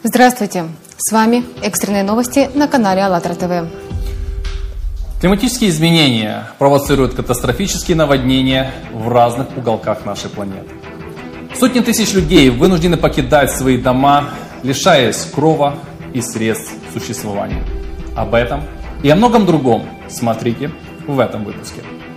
Здравствуйте! С вами экстренные новости на канале АЛЛАТРА ТВ. Климатические изменения провоцируют катастрофические наводнения в разных уголках нашей планеты. Сотни тысяч людей вынуждены покидать свои дома, лишаясь крова и средств существования. Об этом и о многом другом смотрите в этом выпуске.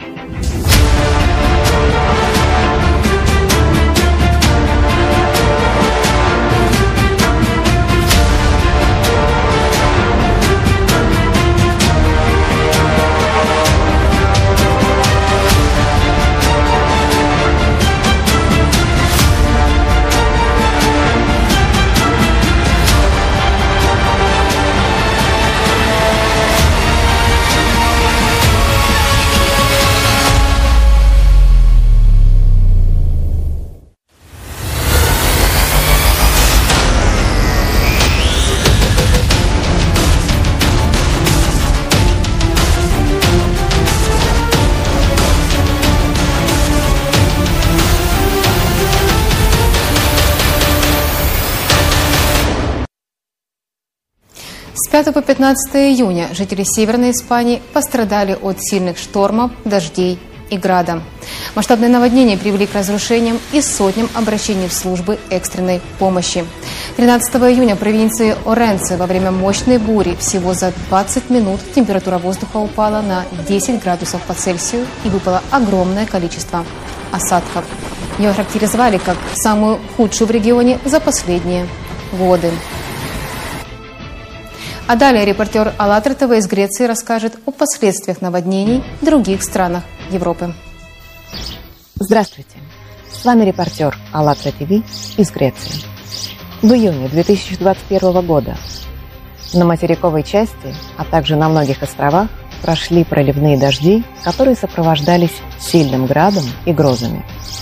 С 5 по 15 июня жители Северной Испании пострадали от сильных штормов, дождей и града. Масштабные наводнения привели к разрушениям и сотням обращений в службы экстренной помощи. 13 июня в провинции Оренце во время мощной бури всего за 20 минут температура воздуха упала на 10 градусов по Цельсию и выпало огромное количество осадков. Ее характеризовали как самую худшую в регионе за последние годы. А далее репортер АЛЛАТРА ТВ из Греции расскажет о последствиях наводнений в других странах Европы. Здравствуйте! С вами репортер АЛЛАТРА ТВ из Греции. В июне 2021 года на материковой части, а также на многих островах прошли проливные дожди, которые сопровождались сильным градом и грозами.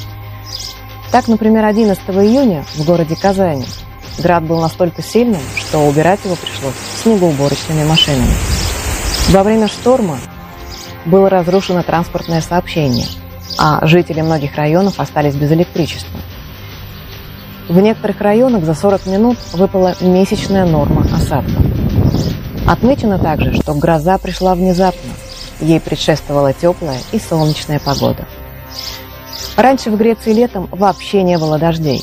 Так, например, 11 июня в городе Казани град был настолько сильным, что убирать его пришлось снегоуборочными машинами. Во время шторма было разрушено транспортное сообщение, а жители многих районов остались без электричества. В некоторых районах за 40 минут выпала месячная норма осадков. Отмечено также, что гроза пришла внезапно, ей предшествовала теплая и солнечная погода. Раньше в Греции летом вообще не было дождей.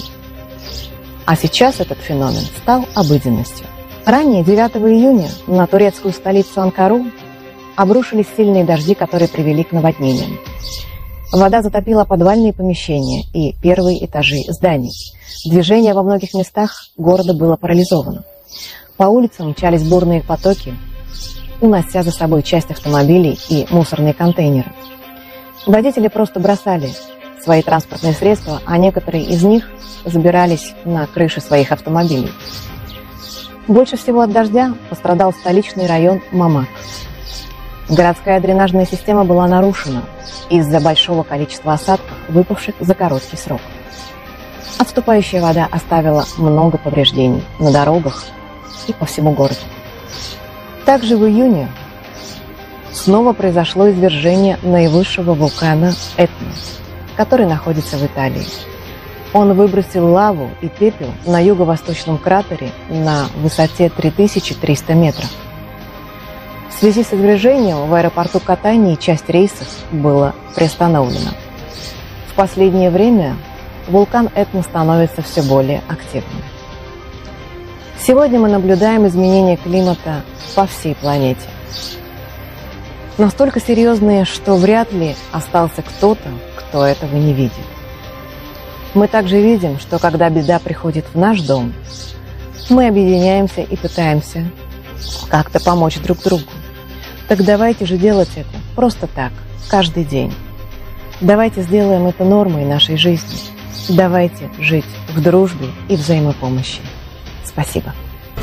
А сейчас этот феномен стал обыденностью. Ранее, 9 июня, на турецкую столицу Анкару обрушились сильные дожди, которые привели к наводнениям. Вода затопила подвальные помещения и первые этажи зданий. Движение во многих местах города было парализовано. По улицам мчались бурные потоки, унося за собой часть автомобилей и мусорные контейнеры. Водители просто бросали свои транспортные средства, а некоторые из них забирались на крыши своих автомобилей. Больше всего от дождя пострадал столичный район Мамат. Городская дренажная система была нарушена из-за большого количества осадков, выпавших за короткий срок. Отступающая вода оставила много повреждений на дорогах и по всему городу. Также в июне снова произошло извержение наивысшего вулкана Этна, который находится в Италии. Он выбросил лаву и пепел на юго-восточном кратере на высоте 3300 метров. В связи с извержением в аэропорту Катании часть рейсов была приостановлена. В последнее время вулкан Этна становится все более активным. Сегодня мы наблюдаем изменения климата по всей планете. Настолько серьезные, что вряд ли остался кто-то, кто этого не видит. Мы также видим, что когда беда приходит в наш дом, мы объединяемся и пытаемся как-то помочь друг другу. Так давайте же делать это просто так, каждый день. Давайте сделаем это нормой нашей жизни. Давайте жить в дружбе и взаимопомощи. Спасибо.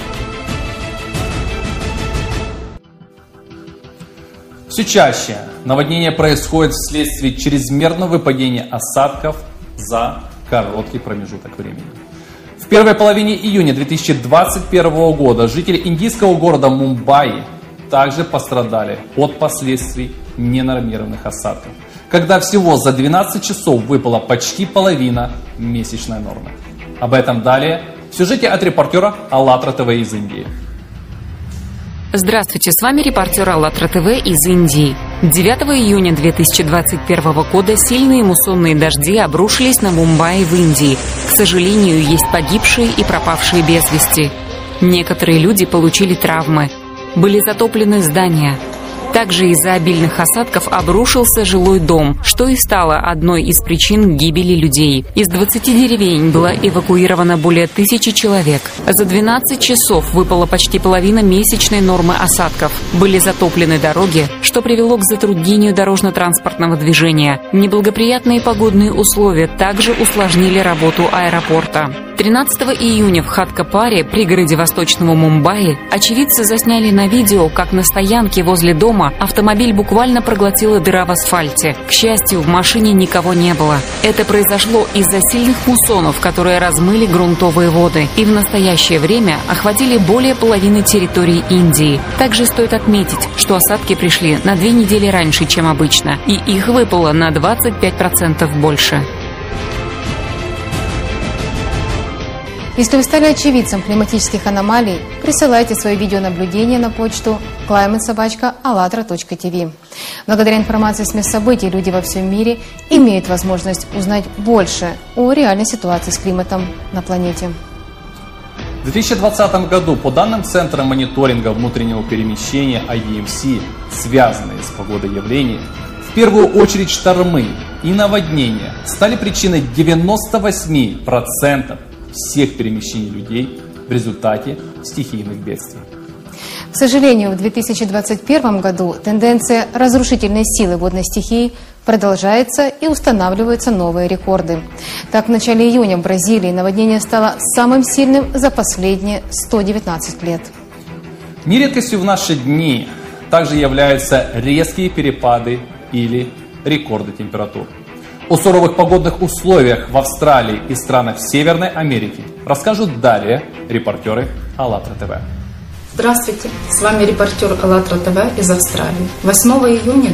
Все чаще наводнения происходят вследствие чрезмерного выпадения осадков за короткий промежуток времени. В первой половине июня 2021 года жители индийского города Мумбаи также пострадали от последствий ненормированных осадков, когда всего за 12 часов выпала почти половина месячной нормы. Об этом далее в сюжете от репортера АЛЛАТРА ТВ из Индии. Здравствуйте, с вами репортер АЛЛАТРА ТВ из Индии. 9 июня 2021 года сильные муссонные дожди обрушились на Мумбаи в Индии. К сожалению, есть погибшие и пропавшие без вести. Некоторые люди получили травмы. Были затоплены здания. Также из-за обильных осадков обрушился жилой дом, что и стало одной из причин гибели людей. Из 20 деревень было эвакуировано более 1000 человек. За 12 часов выпала почти половина месячной нормы осадков. Были затоплены дороги, что привело к затруднению дорожно-транспортного движения. Неблагоприятные погодные условия также усложнили работу аэропорта. 13 июня в Хаткапаре, пригороде восточного Мумбаи, очевидцы засняли на видео, как на стоянке возле дома автомобиль буквально проглотила дыра в асфальте. К счастью, в машине никого не было. Это произошло из-за сильных муссонов, которые размыли грунтовые воды и в настоящее время охватили более половины территории Индии. Также стоит отметить, что осадки пришли на 2 недели раньше, чем обычно, и их выпало на 25% больше. Если вы стали очевидцем климатических аномалий, присылайте свои видеонаблюдения на почту climate@allatra.tv. Благодаря информации с мест событий люди во всем мире имеют возможность узнать больше о реальной ситуации с климатом на планете. В 2020 году, по данным Центра мониторинга внутреннего перемещения IDMC, связанные с погодой явления, в первую очередь штормы и наводнения стали причиной 98% всех перемещений людей в результате стихийных бедствий. К сожалению, в 2021 году тенденция разрушительной силы водной стихии продолжается и устанавливаются новые рекорды. Так, в начале июня в Бразилии наводнение стало самым сильным за последние 119 лет. Нередкостью в наши дни также являются резкие перепады или рекорды температур. О суровых погодных условиях в Австралии и странах Северной Америки расскажут далее репортеры АЛЛАТРА ТВ. Здравствуйте, с вами репортер АЛЛАТРА ТВ из Австралии. 8 июня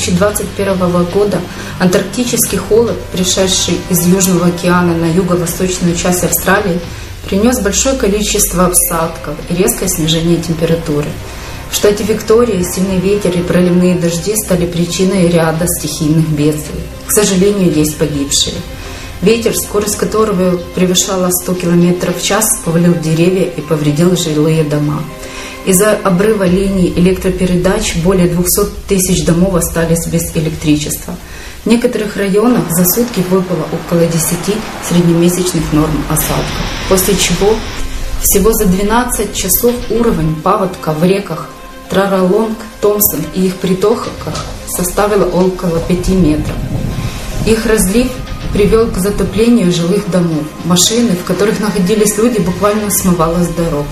2021 года антарктический холод, пришедший из Южного океана на юго-восточную часть Австралии, принес большое количество осадков и резкое снижение температуры. В штате Виктория сильный ветер и проливные дожди стали причиной ряда стихийных бедствий. К сожалению, есть погибшие. Ветер, скорость которого превышала 100 км в час, повалил деревья и повредил жилые дома. Из-за обрыва линий электропередач более 200 тысяч домов остались без электричества. В некоторых районах за сутки выпало около 10 среднемесячных норм осадков, после чего всего за 12 часов уровень паводка в реках Траралонг, Томпсон и их притоках составил около 5 метров. Их разлив привел к затоплению жилых домов. Машины, в которых находились люди, буквально смывало с дорог.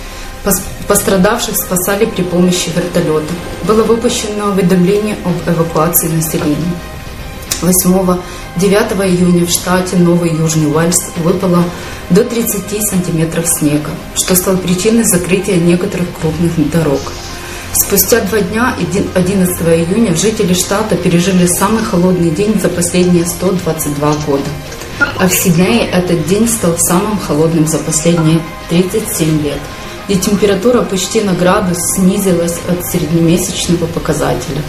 Пострадавших спасали при помощи вертолета. Было выпущено уведомление об эвакуации населения. 8-9 июня в штате Новый Южный Уэльс выпало до 30 сантиметров снега, что стало причиной закрытия некоторых крупных дорог. Спустя 2 дня, 11 июня, жители штата пережили самый холодный день за последние 122 года. А в Сиднее этот день стал самым холодным за последние 37 лет. И температура почти на градус снизилась от среднемесячного показателя.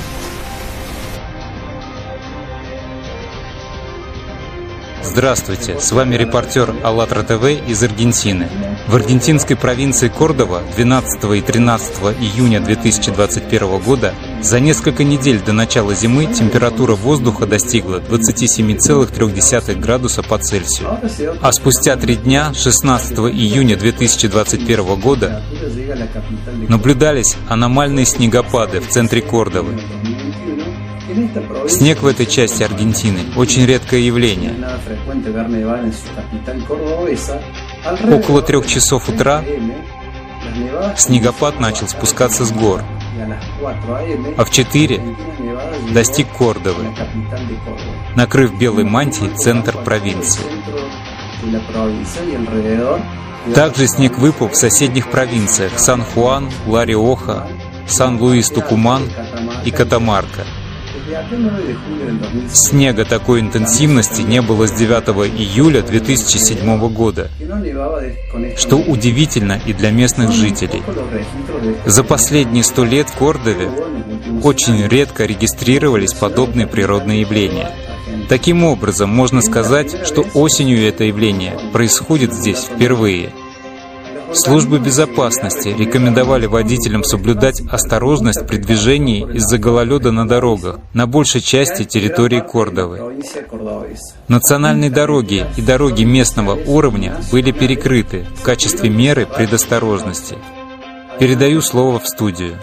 Здравствуйте, с вами репортер АЛЛАТРА ТВ из Аргентины. В аргентинской провинции Кордова 12 и 13 июня 2021 года за несколько недель до начала зимы температура воздуха достигла 27,3 градуса по Цельсию. А спустя 3 дня, 16 июня 2021 года, наблюдались аномальные снегопады в центре Кордовы. Снег в этой части Аргентины – очень редкое явление. Около 3 часов утра снегопад начал спускаться с гор, а в 4 достиг Кордовы, накрыв белой мантией центр провинции. Также снег выпал в соседних провинциях Сан-Хуан, Ла-Риоха, Сан-Луис-Тукуман и Катамарка. Снега такой интенсивности не было с 9 июля 2007 года, что удивительно и для местных жителей. За последние 100 лет в Кордове очень редко регистрировались подобные природные явления. Таким образом, можно сказать, что осенью это явление происходит здесь впервые. Службы безопасности рекомендовали водителям соблюдать осторожность при движении из-за гололеда на дорогах на большей части территории Кордовы. Национальные дороги и дороги местного уровня были перекрыты в качестве меры предосторожности. Передаю слово в студию.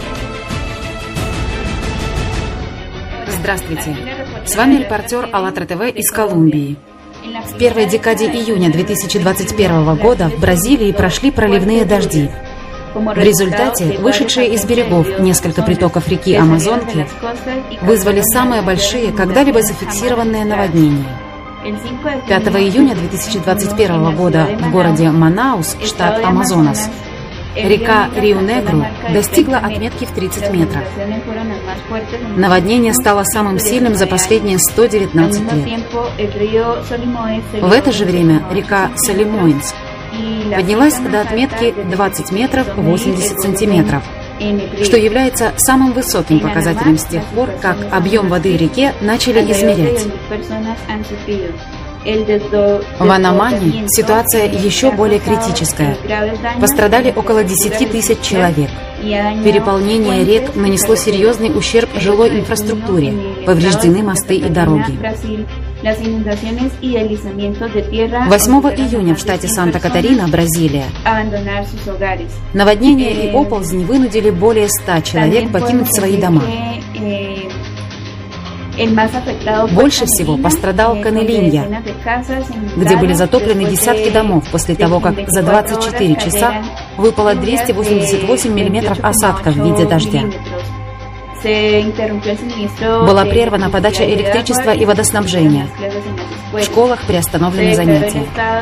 Здравствуйте. С вами репортер АЛЛАТРА ТВ из Колумбии. В первой декаде июня 2021 года в Бразилии прошли проливные дожди. В результате вышедшие из берегов несколько притоков реки Амазонки вызвали самые большие когда-либо зафиксированные наводнения. 5 июня 2021 года в городе Манаус, штат Амазонас, река Риу-Негру достигла отметки в 30 метров. Наводнение стало самым сильным за последние 119 лет. В это же время река Солимоинс поднялась до отметки 20 метров 80 сантиметров, что является самым высоким показателем с тех пор, как объем воды в реке начали измерять. В Анамане ситуация еще более критическая. Пострадали около 10 тысяч человек. Переполнение рек нанесло серьезный ущерб жилой инфраструктуре, повреждены мосты и дороги. 8 июня в штате Санта-Катарина, Бразилия, наводнение и оползни вынудили более 100 человек покинуть свои дома. Больше всего пострадал Канелинья, где были затоплены десятки домов после того, как за 24 часа выпало 288 миллиметров осадков в виде дождя. Была прервана подача электричества и водоснабжения. В школах приостановлены занятия.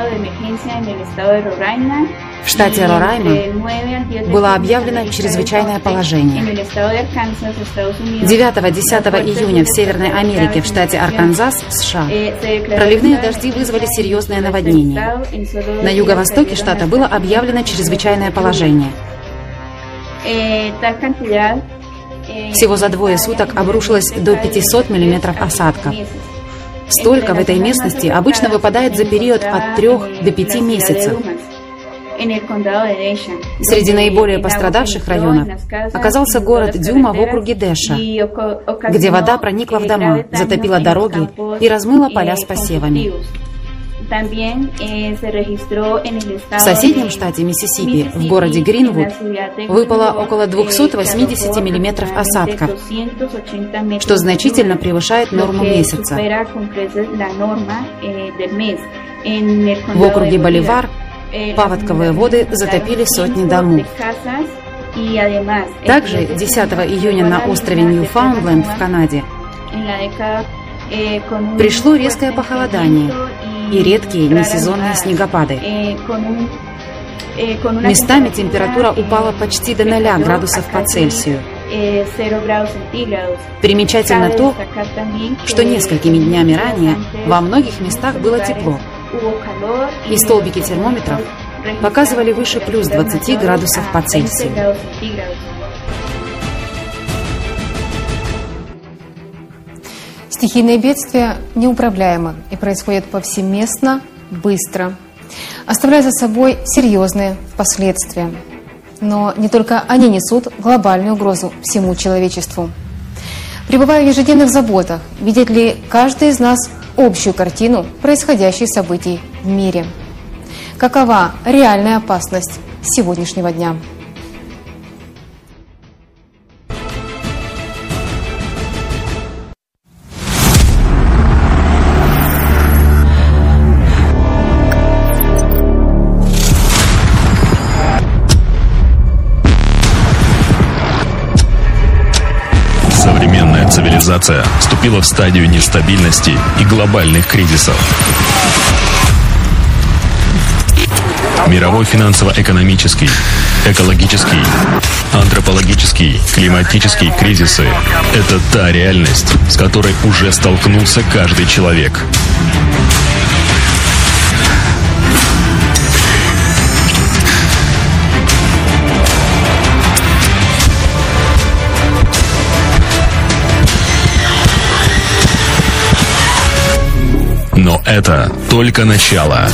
В штате Рорайма было объявлено чрезвычайное положение. 9-10 июня в Северной Америке, в штате Арканзас, США, проливные дожди вызвали серьезное наводнение. На юго-востоке штата было объявлено чрезвычайное положение. Всего за 2 суток обрушилось до 500 миллиметров осадков. Столько в этой местности обычно выпадает за период от 3 до 5 месяцев. Среди наиболее пострадавших районов оказался город Дюма в округе Деша, где вода проникла в дома, затопила дороги и размыла поля с посевами. В соседнем штате Миссисипи, в городе Гринвуд, выпало около 280 миллиметров осадков, что значительно превышает норму месяца. В округе Боливар паводковые воды затопили сотни домов. Также 10 июня на острове Ньюфаундленд в Канаде пришло резкое похолодание и редкие несезонные снегопады. Местами температура упала почти до 0 градусов по Цельсию. Примечательно то, что несколькими днями ранее во многих местах было тепло, и столбики термометров показывали выше плюс 20 градусов по Цельсию. Стихийные бедствия неуправляемы и происходят повсеместно, быстро, оставляя за собой серьезные последствия. Но не только они несут глобальную угрозу всему человечеству. Пребывая в ежедневных заботах, видит ли каждый из нас общую картину происходящих событий в мире? Какова реальная опасность сегодняшнего дня? Цивилизация вступила в стадию нестабильности и глобальных кризисов. Мировой финансово-экономический, экологический, антропологический, климатический кризисы – это та реальность, с которой уже столкнулся каждый человек. Но это только начало.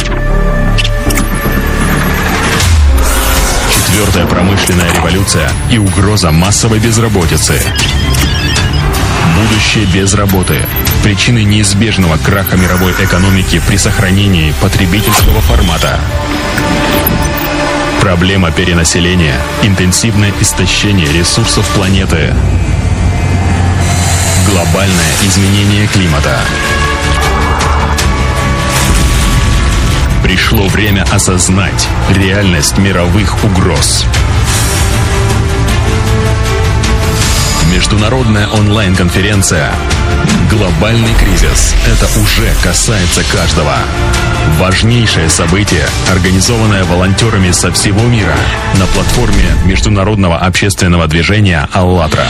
Четвертая промышленная революция и угроза массовой безработицы. Будущее без работы. Причины неизбежного краха мировой экономики при сохранении потребительского формата. Проблема перенаселения, интенсивное истощение ресурсов планеты. Глобальное изменение климата. Пришло время осознать реальность мировых угроз. Международная онлайн-конференция «Глобальный кризис» — это уже касается каждого. Важнейшее событие, организованное волонтерами со всего мира на платформе международного общественного движения «АЛЛАТРА».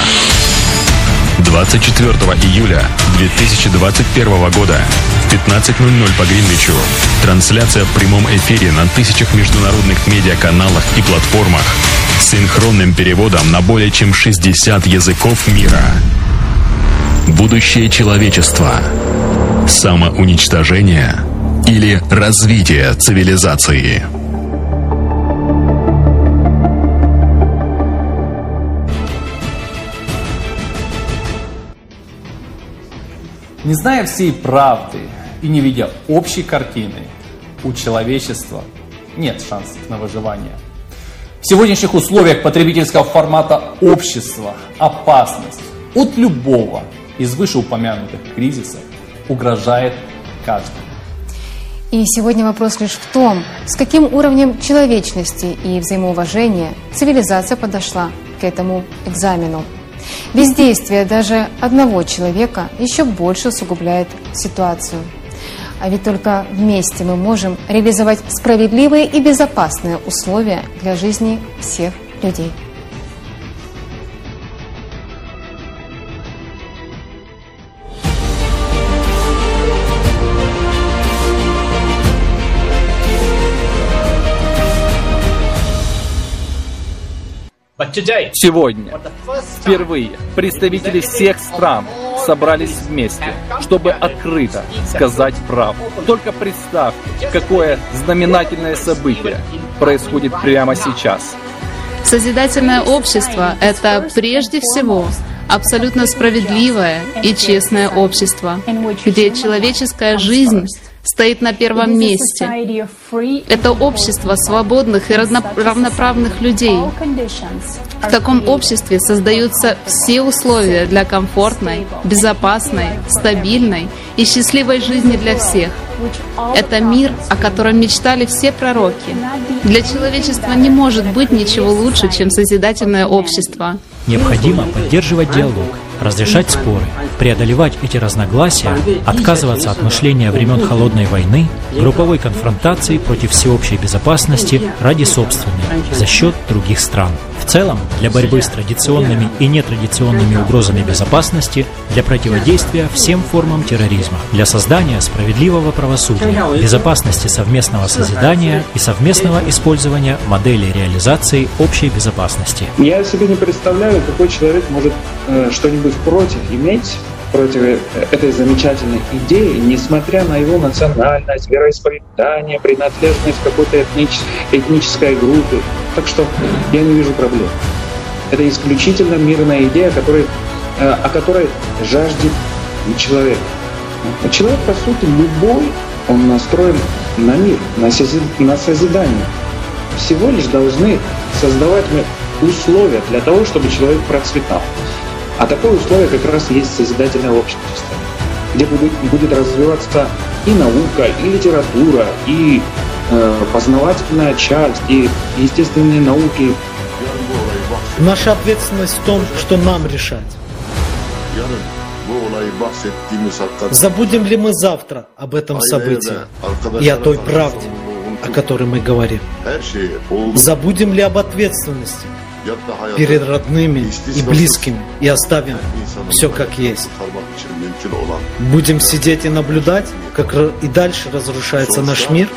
24 июля 2021 года в 15:00 по Гринвичу трансляция в прямом эфире на тысячах международных медиаканалах и платформах с синхронным переводом на более чем 60 языков мира. Будущее человечества. Самоуничтожение или развитие цивилизации. Не зная всей правды и не видя общей картины, у человечества нет шансов на выживание. В сегодняшних условиях потребительского формата общества опасность от любого из вышеупомянутых кризисов угрожает каждому. И сегодня вопрос лишь в том, с каким уровнем человечности и взаимоуважения цивилизация подошла к этому экзамену. Бездействие даже одного человека еще больше усугубляет ситуацию. А ведь только вместе мы можем реализовать справедливые и безопасные условия для жизни всех людей. Сегодня впервые представители всех стран собрались вместе, чтобы открыто сказать правду. Только представьте, какое знаменательное событие происходит прямо сейчас. Созидательное общество – это прежде всего абсолютно справедливое и честное общество, где человеческая жизнь стоит на первом месте. Это общество свободных и равноправных людей. В таком обществе создаются все условия для комфортной, безопасной, стабильной и счастливой жизни для всех. Это мир, о котором мечтали все пророки. Для человечества не может быть ничего лучше, чем созидательное общество. Необходимо поддерживать диалог, разрешать споры, преодолевать эти разногласия, отказываться от мышления времен Холодной войны, групповой конфронтации против всеобщей безопасности ради собственной, за счет других стран. В целом, для борьбы с традиционными и нетрадиционными угрозами безопасности, для противодействия всем формам терроризма, для создания справедливого правосудия, безопасности совместного созидания и совместного использования моделей реализации общей безопасности. Я себе не представляю, какой человек может что-нибудь против этой замечательной идеи, несмотря на его национальность, вероисповедание, принадлежность к какой-то этнической группе. Так что я не вижу проблем. Это исключительно мирная идея, о которой жаждет человек. Человек, по сути, любой, он настроен на мир, на созидание. Всего лишь должны создавать мы условия для того, чтобы человек процветал. А такое условие как раз есть созидательное общество, где будет развиваться и наука, и литература, и познавательная часть, и естественные науки. Наша ответственность в том, что нам решать. Забудем ли мы завтра об этом событии и о той правде, о которой мы говорим? Забудем ли об ответственности перед родными и близкими и оставим все как есть? Будем сидеть и наблюдать, как и дальше разрушается наш мир?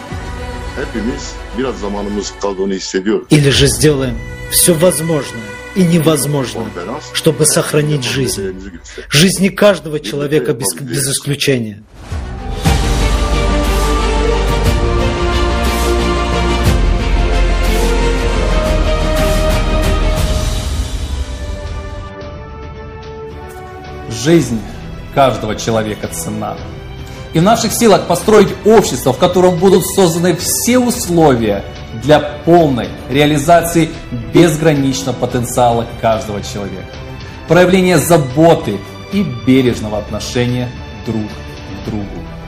Или же сделаем все возможное и невозможное, чтобы сохранить жизнь? Жизни каждого человека без исключения. Жизнь каждого человека ценна. И в наших силах построить общество, в котором будут созданы все условия для полной реализации безграничного потенциала каждого человека. Проявление заботы и бережного отношения друг к другу.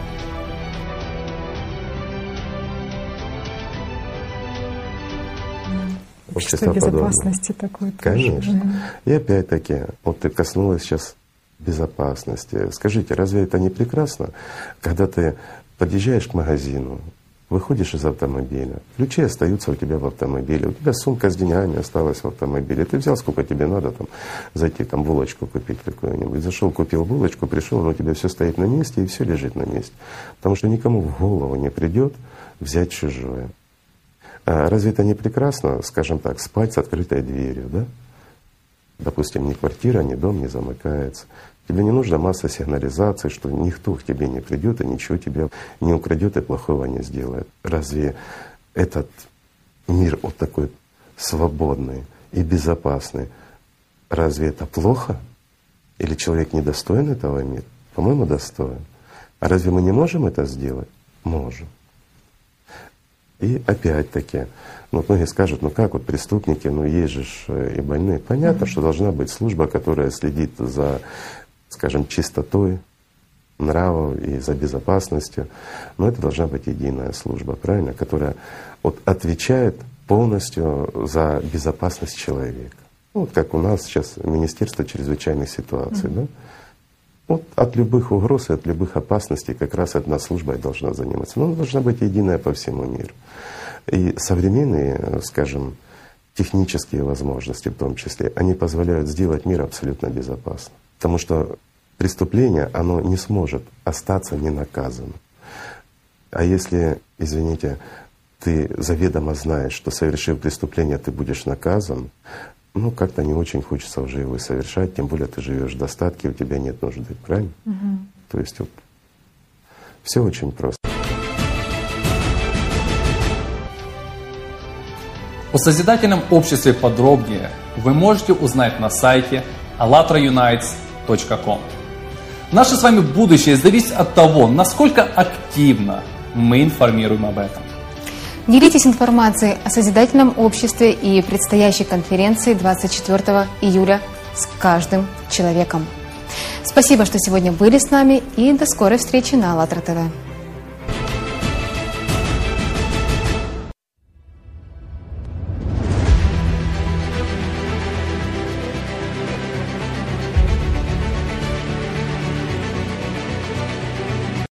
Общество безопасности такое. Конечно. И опять-таки, вот ты коснулась сейчас безопасности. Скажите, разве это не прекрасно, когда ты подъезжаешь к магазину, выходишь из автомобиля, ключи остаются у тебя в автомобиле, у тебя сумка с деньгами осталась в автомобиле, ты взял сколько тебе надо, там, зайти там булочку купить какую-нибудь, зашел, купил булочку, пришел, но у тебя все стоит на месте и все лежит на месте, потому что никому в голову не придет взять чужое. А разве это не прекрасно, скажем так, спать с открытой дверью, да? Допустим, ни квартира, ни дом не замыкается. Тебе не нужна масса сигнализации, что никто к тебе не придет и ничего тебе не украдет и плохого не сделает. Разве этот мир вот такой свободный и безопасный, разве это плохо? Или человек недостоин этого мира? По-моему, достоин. А разве мы не можем это сделать? Можем. И опять-таки, многие скажут, как вот преступники, есть же и больные. Понятно, что должна быть служба, которая следит за, скажем, чистотой нравов и за безопасностью. Но это должна быть единая служба, правильно? Которая вот отвечает полностью за безопасность человека. Вот как у нас сейчас Министерство чрезвычайных ситуаций, да? Вот от любых угроз и от любых опасностей как раз одна служба и должна заниматься. Но она должна быть единая по всему миру. И современные, скажем, технические возможности в том числе, они позволяют сделать мир абсолютно безопасным. Потому что преступление, оно не сможет остаться ненаказанным. А если, извините, ты заведомо знаешь, что, совершив преступление, ты будешь наказан, как-то не очень хочется уже его совершать, тем более ты живешь в достатке, у тебя нет нужды, правильно? То есть вот все очень просто. О созидательном обществе подробнее вы можете узнать на сайте allatraunites.com. Наше с вами будущее зависит от того, насколько активно мы информируем об этом. Делитесь информацией о созидательном обществе и предстоящей конференции 24 июля с каждым человеком. Спасибо, что сегодня были с нами, и до скорой встречи на АЛЛАТРА ТВ.